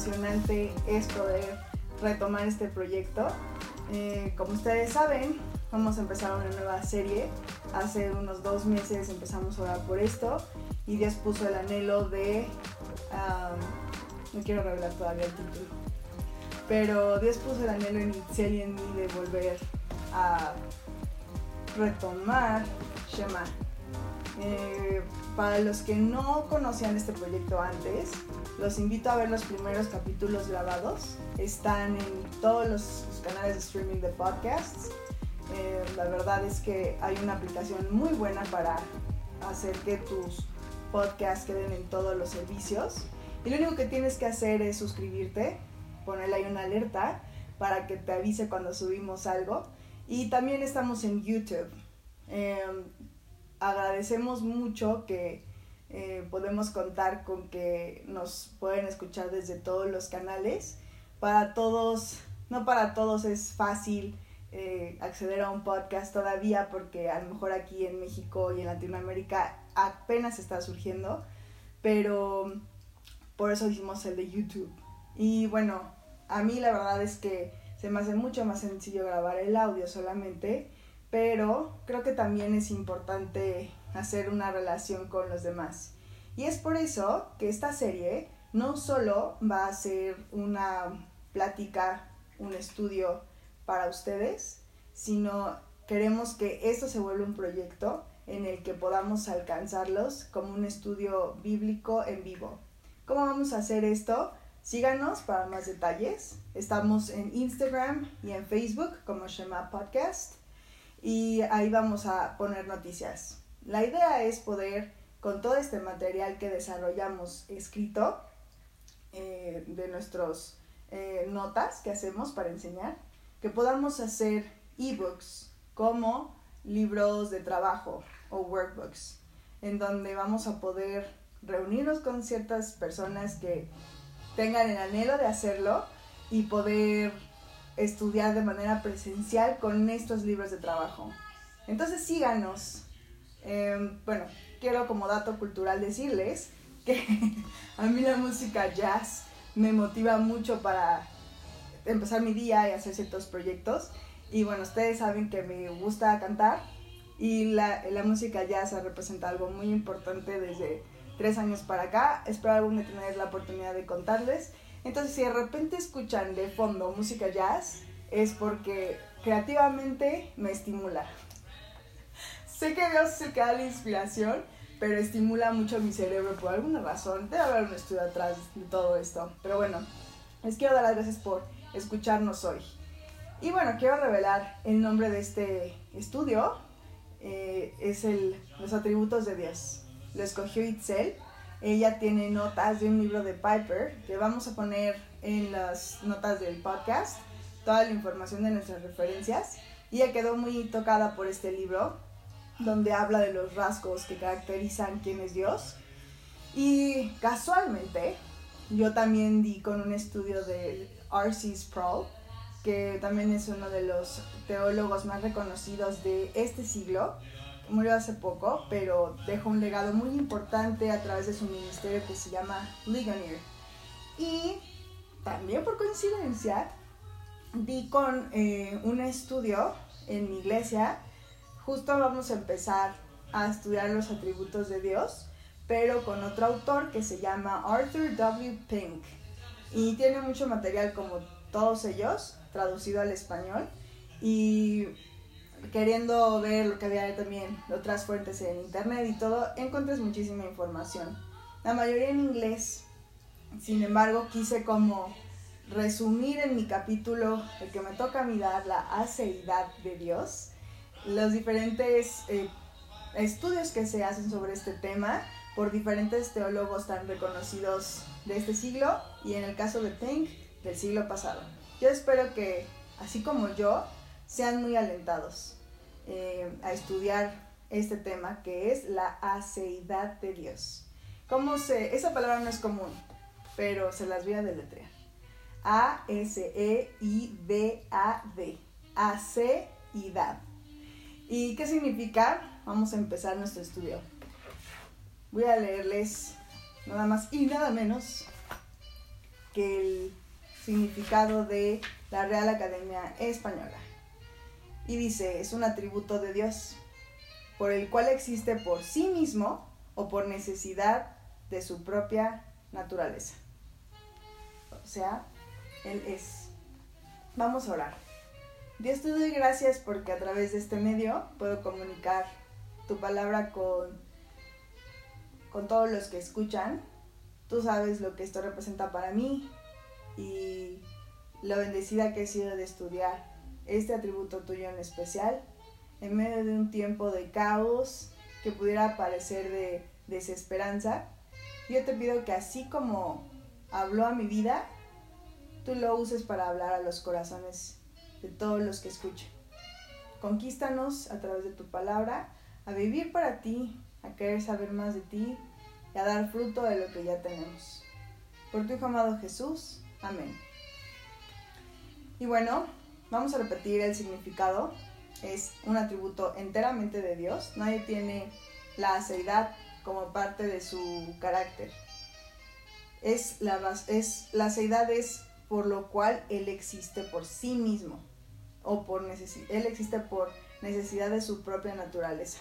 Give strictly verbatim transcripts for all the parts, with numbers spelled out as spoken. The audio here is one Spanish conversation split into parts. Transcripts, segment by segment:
emocionante es poder retomar este proyecto. Eh, como ustedes saben, vamos a empezar una nueva serie. Hace unos dos meses empezamos a orar por esto y Dios puso el anhelo de... Um, no quiero revelar todavía el título, pero Dios puso el anhelo en Itzel y en mí de volver a retomar Shema. Eh, para los que no conocían este proyecto antes, los invito a ver los primeros capítulos grabados. Están en todos los, los canales de streaming de podcasts. Eh, la verdad es que hay una aplicación muy buena para hacer que tus podcasts queden en todos los servicios. Y lo único que tienes que hacer es suscribirte, ponerle ahí una alerta para que te avise cuando subimos algo. Y también estamos en YouTube. Eh, agradecemos mucho que eh, podemos contar con que nos pueden escuchar desde todos los canales. Para todos, no para todos es fácil eh, acceder a un podcast todavía, porque a lo mejor aquí en México y en Latinoamérica apenas está surgiendo, pero por eso hicimos el de YouTube. Y bueno, a mí la verdad es que se me hace mucho más sencillo grabar el audio solamente, pero creo que también es importante hacer una relación con los demás. Y es por eso que esta serie no solo va a ser una plática, un estudio para ustedes, sino queremos que esto se vuelva un proyecto en el que podamos alcanzarlos como un estudio bíblico en vivo. ¿Cómo vamos a hacer esto? Síganos para más detalles. Estamos en Instagram y en Facebook como Shema Podcast y ahí vamos a poner noticias. La idea es poder, con todo este material que desarrollamos escrito, eh, de nuestras eh, notas que hacemos para enseñar, que podamos hacer ebooks como libros de trabajo o workbooks, en donde vamos a poder reunirnos con ciertas personas que tengan el anhelo de hacerlo y poder estudiar de manera presencial con estos libros de trabajo. Entonces síganos. Eh, bueno, quiero como dato cultural decirles que a mí la música jazz me motiva mucho para empezar mi día y hacer ciertos proyectos. Y bueno, ustedes saben que me gusta cantar y la, la música jazz ha representado algo muy importante desde tres años para acá. Espero algún día tener la oportunidad de contarles. Entonces, si de repente escuchan de fondo música jazz, es porque creativamente me estimula. Sé que Dios es el que da la inspiración, pero estimula mucho mi cerebro por alguna razón. Debe haber un estudio atrás de todo esto. Pero bueno, les quiero dar las gracias por escucharnos hoy. Y bueno, quiero revelar el nombre de este estudio. Eh, es el, los atributos de Dios. Lo escogió Itzel. Ella tiene notas de un libro de Piper que vamos a poner en las notas del podcast, toda la información de nuestras referencias. Y ella quedó muy tocada por este libro, donde habla de los rasgos que caracterizan quién es Dios. Y casualmente, yo también di con un estudio de R C Sproul, que también es uno de los teólogos más reconocidos de este siglo. Murió hace poco, pero dejó un legado muy importante a través de su ministerio que se llama Ligonier. Y también por coincidencia, di con eh, un estudio en mi iglesia. Justo vamos a empezar a estudiar los atributos de Dios, pero con otro autor que se llama Arthur W. Pink. Y tiene mucho material como todos ellos, traducido al español. Y queriendo ver lo que había también de otras fuentes en internet y todo, encontré muchísima información. La mayoría en inglés. Sin embargo, quise como resumir en mi capítulo, el que me toca a mí dar, la aceidad de Dios, los diferentes eh, estudios que se hacen sobre este tema por diferentes teólogos tan reconocidos de este siglo y en el caso de Pink, del siglo pasado. Yo espero que, así como yo, sean muy alentados eh, a estudiar este tema que es la aceidad de Dios. ¿Cómo se...? Esa palabra no es común, pero se las voy a deletrear. A S E I D A D. Aceidad. ¿Y qué significa? Vamos a empezar nuestro estudio. Voy a leerles nada más y nada menos que el significado de la Real Academia Española. Y dice, es un atributo de Dios, por el cual existe por sí mismo o por necesidad de su propia naturaleza. O sea, Él es. Vamos a orar. Dios, te doy gracias porque a través de este medio puedo comunicar tu palabra con, con todos los que escuchan. Tú sabes lo que esto representa para mí y lo bendecida que he sido de estudiar este atributo tuyo en especial en medio de un tiempo de caos que pudiera parecer de desesperanza. Yo te pido que así como habló a mi vida, tú lo uses para hablar a los corazones de todos los que escuchen. Conquístanos a través de tu palabra a vivir para ti, a querer saber más de ti y a dar fruto de lo que ya tenemos. Por tu Hijo amado Jesús. Amén. Y bueno, vamos a repetir el significado. Es un atributo enteramente de Dios. Nadie tiene la aceidad como parte de su carácter. Es la, es, la aceidad es por lo cual Él existe por sí mismo. O por necesi- Él existe por necesidad de su propia naturaleza.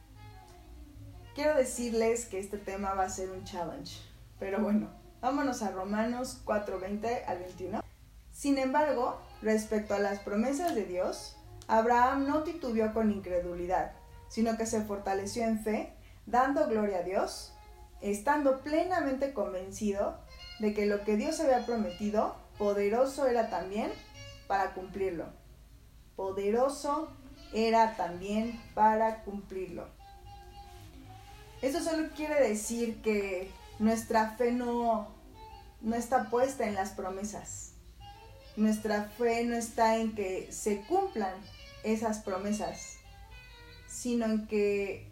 Quiero decirles que este tema va a ser un challenge. Pero bueno, vámonos a Romanos cuatro, veinte al veintiuno. Sin embargo, respecto a las promesas de Dios, Abraham no titubeó con incredulidad, sino que se fortaleció en fe, dando gloria a Dios, estando plenamente convencido de que lo que Dios había prometido, poderoso era también para cumplirlo. Poderoso era también para cumplirlo. Eso solo quiere decir que nuestra fe no, no está puesta en las promesas. Nuestra fe no está en que se cumplan esas promesas, sino en que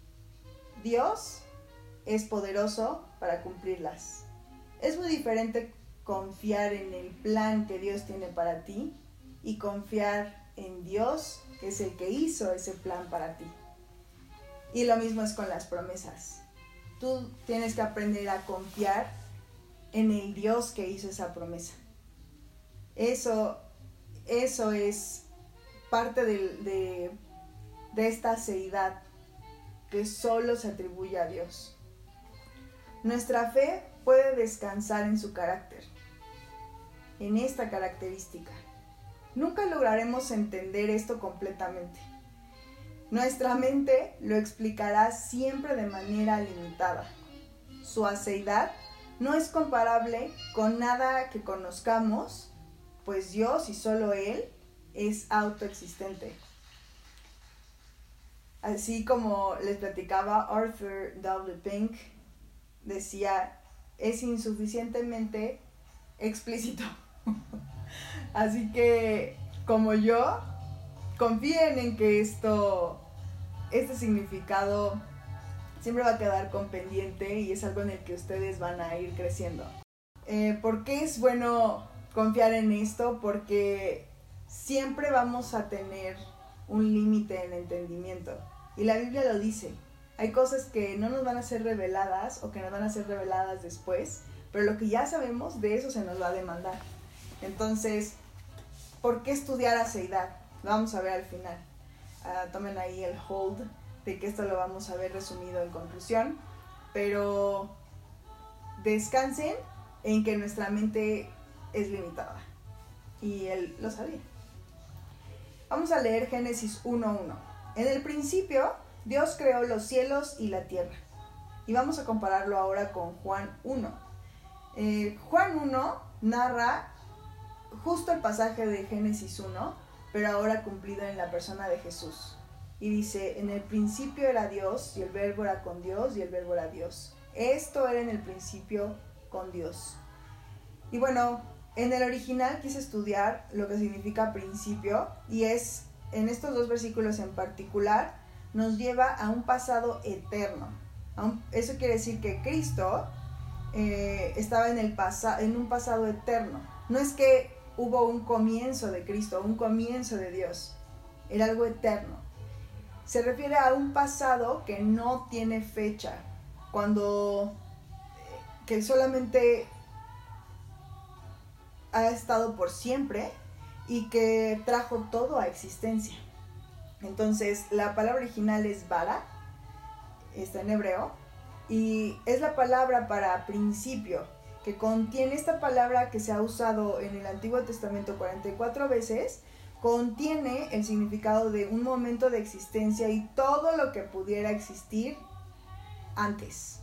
Dios es poderoso para cumplirlas. Es muy diferente confiar en el plan que Dios tiene para ti y confiar en Dios, que es el que hizo ese plan para ti. Y lo mismo es con las promesas. Tú tienes que aprender a confiar en el Dios que hizo esa promesa. Eso, eso es parte de, de, de esta aceidad que solo se atribuye a Dios. Nuestra fe puede descansar en su carácter, en esta característica. Nunca lograremos entender esto completamente. Nuestra mente lo explicará siempre de manera limitada. Su aceidad no es comparable con nada que conozcamos, pues Dios y solo Él es autoexistente. Así como les platicaba, Arthur W. Pink decía, es insuficientemente explícito. Así que, como yo, confíen en que esto, este significado siempre va a quedar con pendiente y es algo en el que ustedes van a ir creciendo. Eh, ¿Por qué es bueno confiar en esto? Porque siempre vamos a tener un límite en entendimiento. Y la Biblia lo dice. Hay cosas que no nos van a ser reveladas o que nos van a ser reveladas después, pero lo que ya sabemos, de eso se nos va a demandar. Entonces, ¿por qué estudiar aceidad? Lo vamos a ver al final. Uh, tomen ahí el hold de que esto lo vamos a ver resumido en conclusión, pero descansen en que nuestra mente es limitada y él lo sabía. Vamos a leer Génesis uno uno. En el principio Dios creó los cielos y la tierra. Y vamos a compararlo ahora con Juan uno. Eh, Juan uno narra justo el pasaje de Génesis uno, pero ahora cumplido en la persona de Jesús. Y dice, en el principio era Dios, y el verbo era con Dios, y el verbo era Dios. Esto era en el principio con Dios. Y bueno, en el original quise estudiar lo que significa principio, y es, en estos dos versículos en particular, nos lleva a un pasado eterno. A un, eso quiere decir que Cristo eh, estaba en, el pasa, en un pasado eterno. No es que hubo un comienzo de Cristo, un comienzo de Dios. Era algo eterno. Se refiere a un pasado que no tiene fecha. Cuando, que solamente ha estado por siempre y que trajo todo a existencia. Entonces, la palabra original es bara, está en hebreo, y es la palabra para principio, que contiene esta palabra que se ha usado en el Antiguo Testamento cuarenta y cuatro veces, contiene el significado de un momento de existencia y todo lo que pudiera existir antes.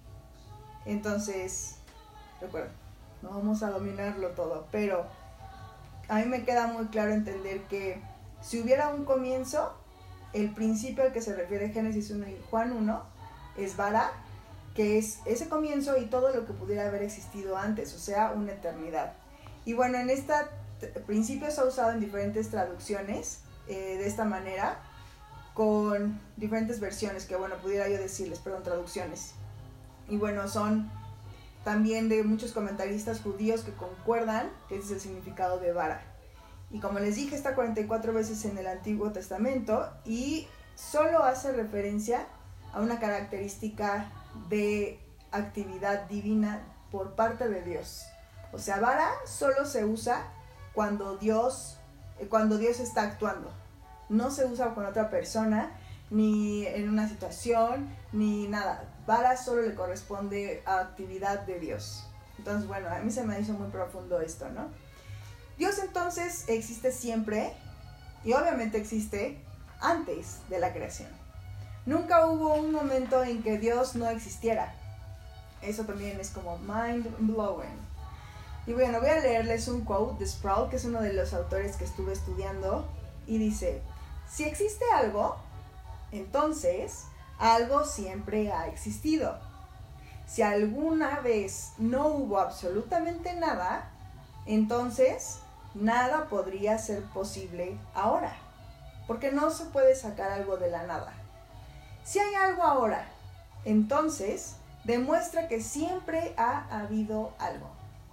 Entonces, recuerda, no vamos a dominarlo todo, pero a mí me queda muy claro entender que si hubiera un comienzo, el principio al que se refiere Génesis uno y Juan uno es bara, que es ese comienzo y todo lo que pudiera haber existido antes, o sea, una eternidad. Y bueno, en este principio se ha usado en diferentes traducciones eh, de esta manera, con diferentes versiones, que bueno, pudiera yo decirles, perdón, traducciones. Y bueno, son también de muchos comentaristas judíos que concuerdan que ese es el significado de bara. Y como les dije, está cuarenta y cuatro veces en el Antiguo Testamento y solo hace referencia a una característica de actividad divina por parte de Dios. O sea, bara solo se usa cuando Dios, cuando Dios está actuando. No se usa con otra persona, ni en una situación, ni nada. Bara solo le corresponde a actividad de Dios. Entonces, bueno, a mí se me hizo muy profundo esto, ¿no? Dios entonces existe siempre y obviamente existe antes de la creación. Nunca hubo un momento en que Dios no existiera. Eso también es como mind blowing. Y bueno, voy a leerles un quote de Sproul, que es uno de los autores que estuve estudiando, y dice: si existe algo, entonces algo siempre ha existido. Si alguna vez no hubo absolutamente nada, entonces nada podría ser posible ahora, porque no se puede sacar algo de la nada. Si hay algo ahora, entonces demuestra que siempre ha habido algo.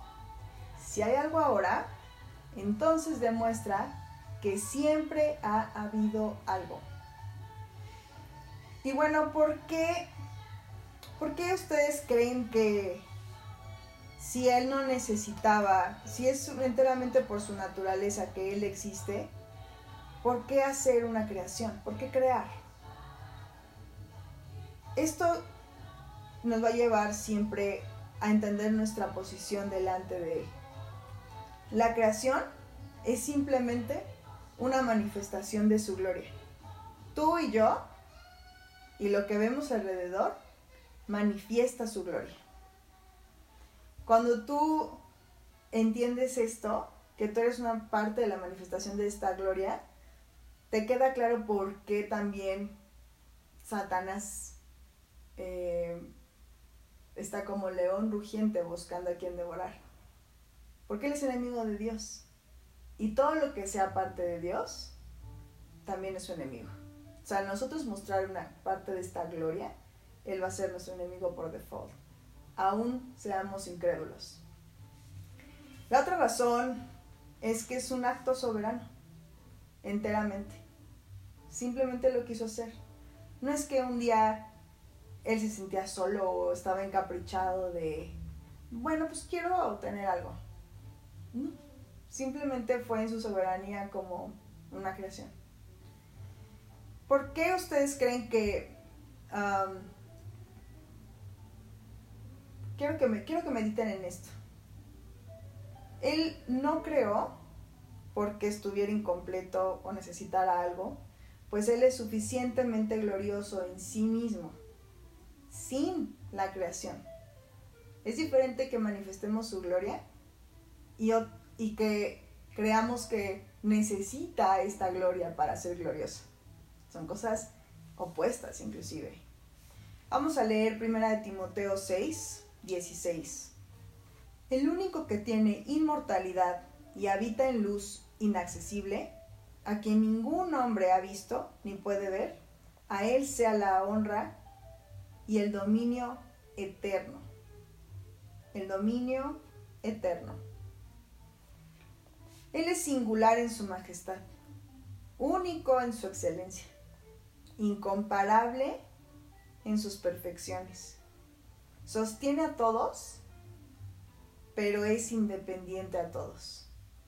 Si hay algo ahora, entonces demuestra que siempre ha habido algo. Y bueno, ¿por qué, ¿por qué ustedes creen que si Él no necesitaba, si es enteramente por su naturaleza que Él existe, ¿por qué hacer una creación? ¿Por qué crear? Esto nos va a llevar siempre a entender nuestra posición delante de Él. La creación es simplemente una manifestación de su gloria. Tú y yo, y lo que vemos alrededor, manifiesta su gloria. Cuando tú entiendes esto, que tú eres una parte de la manifestación de esta gloria, te queda claro por qué también Satanás eh, está como león rugiente buscando a quien devorar. Porque él es enemigo de Dios. Y todo lo que sea parte de Dios también es su enemigo. O sea, al nosotros mostrar una parte de esta gloria, él va a ser nuestro enemigo por default, aún seamos incrédulos. La otra razón es que es un acto soberano, enteramente. Simplemente lo quiso hacer. No es que un día él se sentía solo o estaba encaprichado de, bueno, pues quiero tener algo. No, simplemente fue en su soberanía como una creación. ¿Por qué ustedes creen que... Um, quiero, que me, quiero que mediten en esto. Él no creó porque estuviera incompleto o necesitara algo, pues Él es suficientemente glorioso en sí mismo, sin la creación. Es diferente que manifestemos su gloria y, y que creamos que necesita esta gloria para ser glorioso. Son cosas opuestas inclusive. Vamos a leer primera de Timoteo seis, dieciséis. El único que tiene inmortalidad y habita en luz inaccesible, a quien ningún hombre ha visto ni puede ver, a Él sea la honra y el dominio eterno. El dominio eterno. Él es singular en su majestad, único en su excelencia, incomparable en sus perfecciones. Sostiene a todos pero es independiente a todos.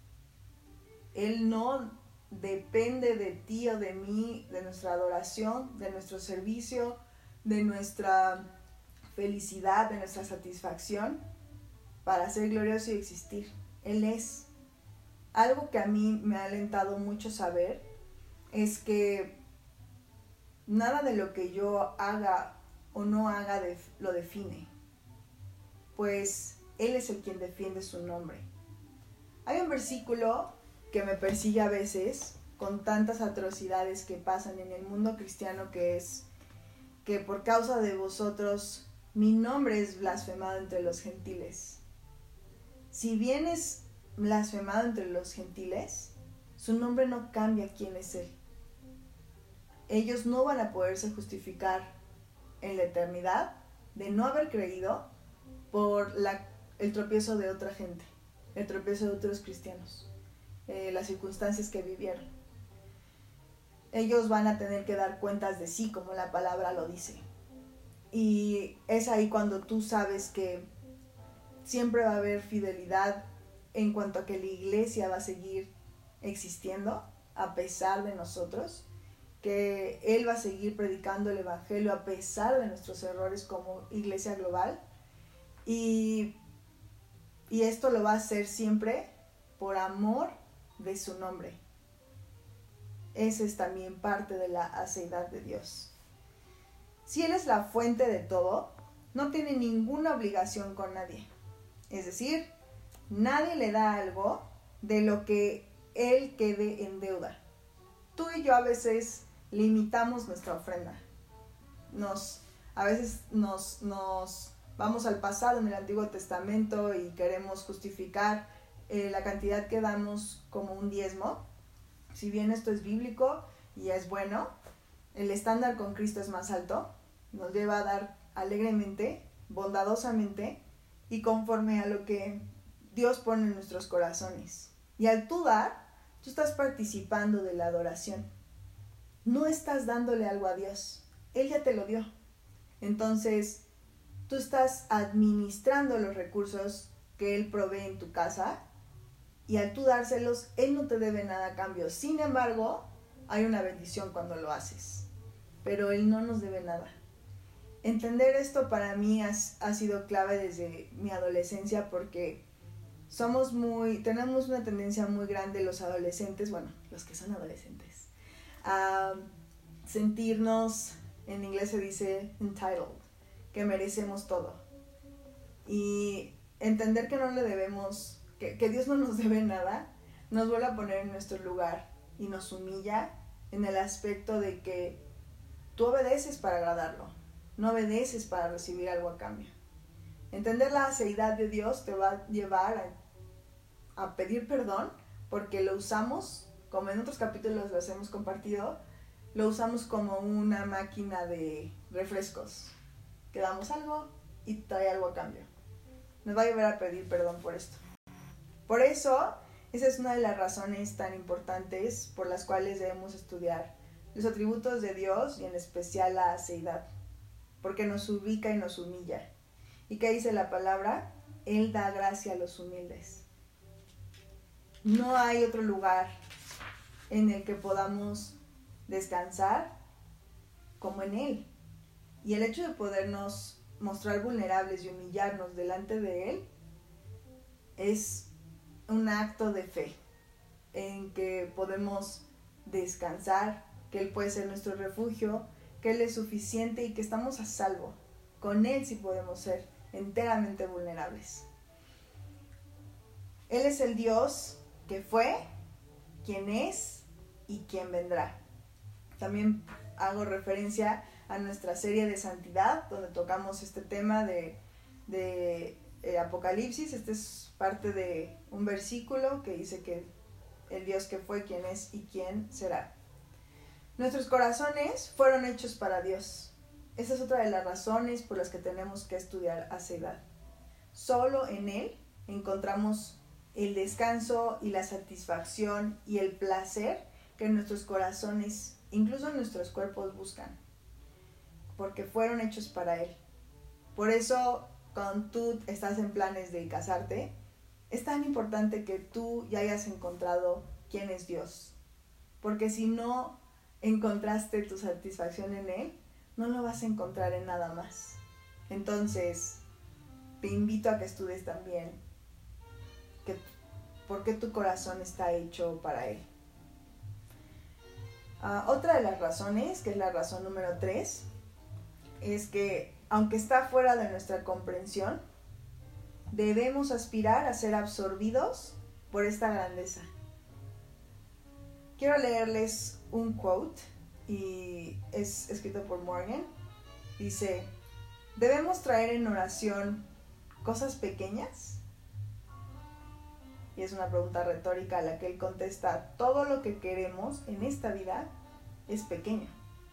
Él no depende de ti o de mí, de nuestra adoración, de nuestro servicio, de nuestra felicidad, de nuestra satisfacción para ser glorioso y existir. Él es. Algo que a mí me ha alentado mucho saber es que nada de lo que yo haga o no haga de, lo define, pues Él es el quien defiende su nombre. Hay un versículo que me persigue a veces con tantas atrocidades que pasan en el mundo cristiano, que es que por causa de vosotros mi nombre es blasfemado entre los gentiles. Si bien es blasfemado entre los gentiles, su nombre no cambia quién es Él. Ellos no van a poderse justificar en la eternidad de no haber creído por la, el tropiezo de otra gente, el tropiezo de otros cristianos, eh, las circunstancias que vivieron. Ellos van a tener que dar cuentas de sí, como la palabra lo dice. Y es ahí cuando tú sabes que siempre va a haber fidelidad en cuanto a que la iglesia va a seguir existiendo a pesar de nosotros, que Él va a seguir predicando el evangelio a pesar de nuestros errores como iglesia global, y, y esto lo va a hacer siempre por amor de su nombre. Esa es también parte de la aceidad de Dios. Si Él es la fuente de todo, no tiene ninguna obligación con nadie. Es decir, nadie le da algo de lo que Él quede en deuda. Tú y yo a veces limitamos nuestra ofrenda. Nos, a veces nos, nos vamos al pasado en el Antiguo Testamento y queremos justificar eh, la cantidad que damos como un diezmo. Si bien esto es bíblico y es bueno, el estándar con Cristo es más alto. Nos lleva a dar alegremente, bondadosamente y conforme a lo que Dios pone en nuestros corazones. Y al tú dar, tú estás participando de la adoración. No estás dándole algo a Dios. Él ya te lo dio. Entonces, tú estás administrando los recursos que Él provee en tu casa, y al tú dárselos, Él no te debe nada a cambio. Sin embargo, hay una bendición cuando lo haces. Pero Él no nos debe nada. Entender esto para mí ha, ha sido clave desde mi adolescencia, porque somos muy, tenemos una tendencia muy grande los adolescentes, bueno, los que son adolescentes, a sentirnos, en inglés se dice entitled, que merecemos todo. Y entender que no le debemos, que, que Dios no nos debe nada, nos vuelve a poner en nuestro lugar y nos humilla en el aspecto de que tú obedeces para agradarlo, no obedeces para recibir algo a cambio. Entender la aceidad de Dios te va a llevar a, a pedir perdón, porque lo usamos, como en otros capítulos los hemos compartido, lo usamos como una máquina de refrescos, que damos algo y trae algo a cambio. Nos va a llevar a pedir perdón por esto. Por eso, esa es una de las razones tan importantes por las cuales debemos estudiar los atributos de Dios y en especial la aceidad, porque nos ubica y nos humilla. ¿Y qué dice la palabra? Él da gracia a los humildes. No hay otro lugar en el que podamos descansar como en Él. Y el hecho de podernos mostrar vulnerables y humillarnos delante de Él es un acto de fe en que podemos descansar, que Él puede ser nuestro refugio, que Él es suficiente y que estamos a salvo. Con Él sí podemos ser enteramente vulnerables. Él es el Dios que fue, quien es y quien vendrá. También hago referencia a nuestra serie de santidad, donde tocamos este tema de, de eh, Apocalipsis. Este es parte de un versículo que dice que el Dios que fue, quien es y quien será. Nuestros corazones fueron hechos para Dios. Esa es otra de las razones por las que tenemos que estudiar aceidad. Solo en Él encontramos el descanso y la satisfacción y el placer que nuestros corazones, incluso nuestros cuerpos, buscan, porque fueron hechos para Él. Por eso cuando tú estás en planes de casarte, es tan importante que tú ya hayas encontrado quién es Dios. Porque si no encontraste tu satisfacción en Él, no lo vas a encontrar en nada más. Entonces, te invito a que estudies también que, por qué tu corazón está hecho para Él. Uh, otra de las razones, que es la razón número tres, es que aunque está fuera de nuestra comprensión, debemos aspirar a ser absorbidos por esta grandeza. Quiero leerles un quote, y es escrito por Morgan. Dice: ¿debemos traer en oración cosas pequeñas? Y es una pregunta retórica a la que él contesta: todo lo que queremos en esta vida es pequeño.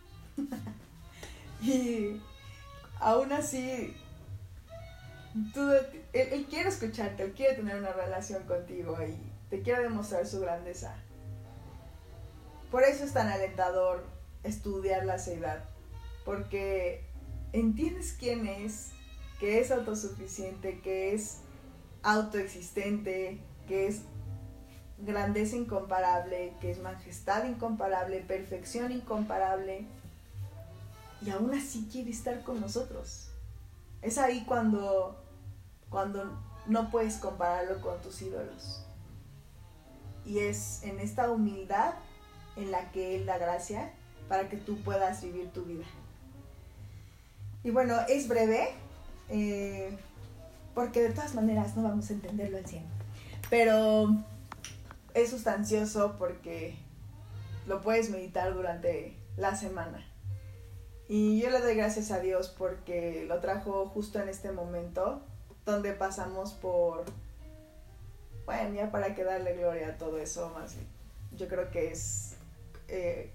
Y aún así, tú, él, él quiere escucharte, él quiere tener una relación contigo y te quiere demostrar su grandeza. Por eso es tan alentador estudiar la seidad, porque entiendes quién es, que es autosuficiente, que es autoexistente, que es grandeza incomparable, que es majestad incomparable, perfección incomparable, y aún así quiere estar con nosotros. Es ahí cuando, cuando no puedes compararlo con tus ídolos. Y es en esta humildad en la que Él da gracia para que tú puedas vivir tu vida. Y bueno, es breve, eh, porque de todas maneras no vamos a entenderlo al cien. Pero es sustancioso porque lo puedes meditar durante la semana. Y yo le doy gracias a Dios porque lo trajo justo en este momento donde pasamos por, bueno, ya para que darle gloria a todo eso, más bien. Yo creo que es eh,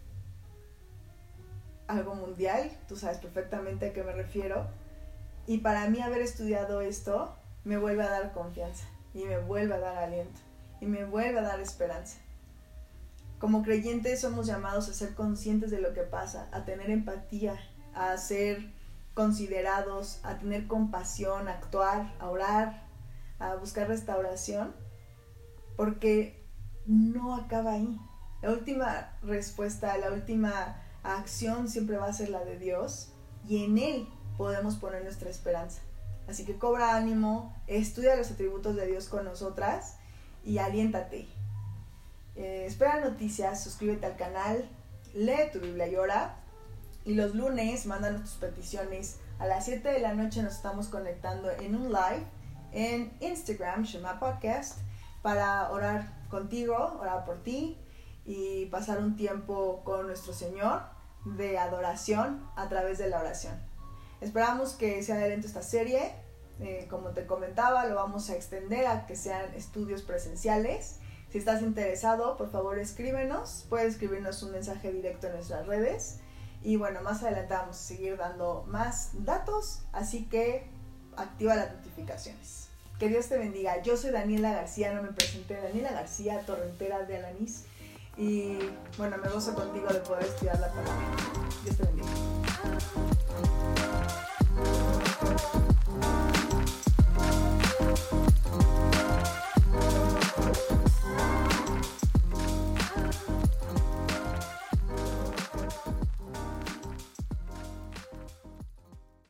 algo mundial, tú sabes perfectamente a qué me refiero. Y para mí haber estudiado esto me vuelve a dar confianza y me vuelve a dar aliento y me vuelve a dar esperanza. Como creyentes somos llamados a ser conscientes de lo que pasa, a tener empatía, a ser considerados, a tener compasión, a actuar, a orar, a buscar restauración, porque no acaba ahí. La última respuesta, la última acción siempre va a ser la de Dios, y en Él podemos poner nuestra esperanza. Así que cobra ánimo, estudia los atributos de Dios con nosotras y aliéntate. Eh, espera noticias, suscríbete al canal, lee tu Biblia y ora. Y los lunes mándanos tus peticiones. A las siete de la noche nos estamos conectando en un live en Instagram, Shema Podcast, para orar contigo, orar por ti y pasar un tiempo con nuestro Señor de adoración a través de la oración. Esperamos que sea de lento esta serie. Eh, como te comentaba, lo vamos a extender a que sean estudios presenciales. Si estás interesado, por favor escríbenos. Puedes escribirnos un mensaje directo en nuestras redes. Y bueno, más adelante vamos a seguir dando más datos, así que activa las notificaciones. Que Dios te bendiga. Yo soy Daniela García, no me presenté, Daniela García, torrentera de Alanis. Y bueno, me gozo contigo de poder estudiar la palabra. Dios te bendiga.